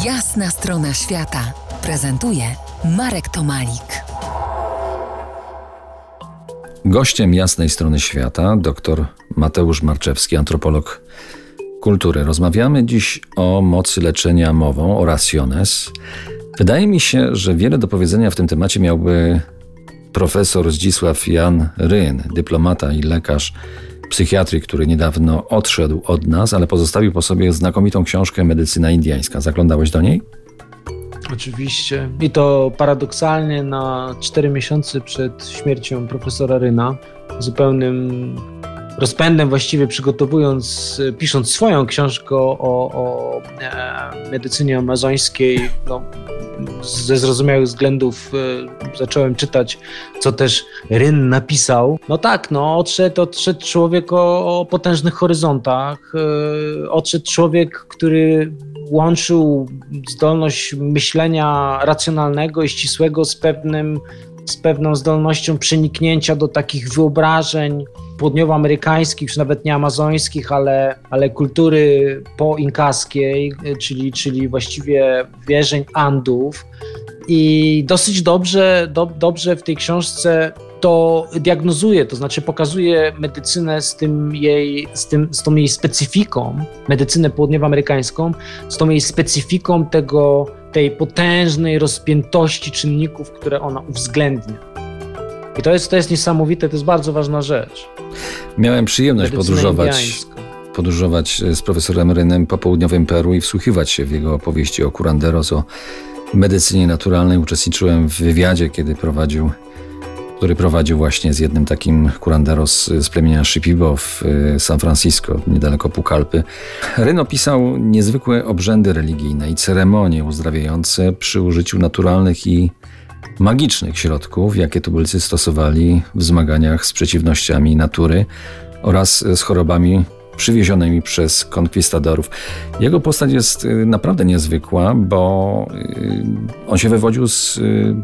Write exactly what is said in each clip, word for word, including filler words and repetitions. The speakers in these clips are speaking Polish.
Jasna strona świata prezentuje Marek Tomalik. Gościem Jasnej Strony Świata dr Mateusz Marczewski, antropolog kultury. Rozmawiamy dziś o mocy leczenia mową, o rationes. Wydaje mi się, że wiele do powiedzenia w tym temacie miałby profesor Zdzisław Jan Ryn, dyplomata i lekarz psychiatry, który niedawno odszedł od nas, ale pozostawił po sobie znakomitą książkę Medycyna Indiańska. Zaglądałeś do niej? Oczywiście. I to paradoksalnie na cztery miesiące przed śmiercią profesora Ryna, zupełnym rozpędem właściwie przygotowując, pisząc swoją książkę o, o e, medycynie amazońskiej, no, ze zrozumiałych względów e, zacząłem czytać, co też Ryn napisał. No tak, no odszedł, odszedł człowiek o, o potężnych horyzontach, e, odszedł człowiek, który łączył zdolność myślenia racjonalnego i ścisłego z pewnym, z pewną zdolnością przeniknięcia do takich wyobrażeń południowoamerykańskich, czy nawet nie amazońskich, ale, ale kultury poinkaskiej, czyli, czyli właściwie wierzeń Andów. I dosyć dobrze, do, dobrze w tej książce to diagnozuje, to znaczy pokazuje medycynę z tym jej, z tym, z tą jej specyfiką, medycynę południowoamerykańską, z tą jej specyfiką tego, tej potężnej rozpiętości czynników, które ona uwzględnia. I to jest, to jest niesamowite, to jest bardzo ważna rzecz. Miałem przyjemność podróżować, podróżować z profesorem Rynem po południowym Peru i wsłuchiwać się w jego opowieści o curanderos, o medycynie naturalnej. Uczestniczyłem w wywiadzie, kiedy prowadził który prowadził właśnie z jednym takim curanderos z plemienia Shipibo w San Francisco, niedaleko Pucallpy. Ryn opisał niezwykłe obrzędy religijne i ceremonie uzdrawiające przy użyciu naturalnych i magicznych środków, jakie tubylcy stosowali w zmaganiach z przeciwnościami natury oraz z chorobami przywiezionymi przez konkwistadorów. Jego postać jest naprawdę niezwykła, bo on się wywodził z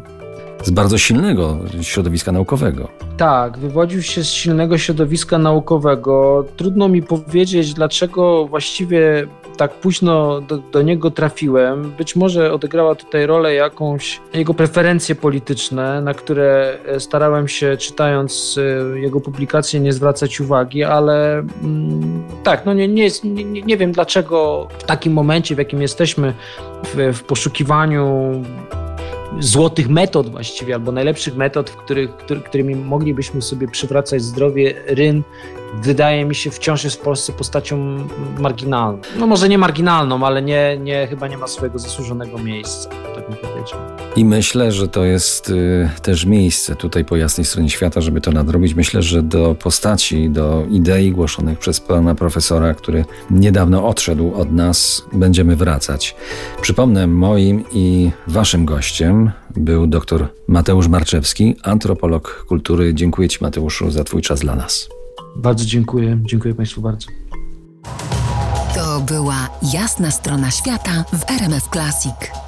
z bardzo silnego środowiska naukowego. Tak, wywodził się z silnego środowiska naukowego. Trudno mi powiedzieć, dlaczego właściwie tak późno do, do niego trafiłem. Być może odegrała tutaj rolę jakąś jego preferencje polityczne, na które starałem się, czytając jego publikacje, nie zwracać uwagi, ale mm, tak, no nie, nie, nie, nie wiem dlaczego w takim momencie, w jakim jesteśmy w, w poszukiwaniu złotych metod właściwie, albo najlepszych metod, w których, który, którymi moglibyśmy sobie przywracać zdrowie, Ryn wydaje mi się wciąż jest w Polsce postacią marginalną. No może nie marginalną, ale nie, nie, chyba nie ma swojego zasłużonego miejsca, tak bym powiedział. I myślę, że to jest y, też miejsce tutaj po Jasnej Stronie Świata, żeby to nadrobić. Myślę, że do postaci, do idei głoszonych przez pana profesora, który niedawno odszedł od nas, będziemy wracać. Przypomnę, moim i waszym gościem był dr Mateusz Marczewski, antropolog kultury. Dziękuję ci, Mateuszu, za twój czas dla nas. Bardzo dziękuję. Dziękuję państwu bardzo. To była Jasna Strona Świata w R M F Classic.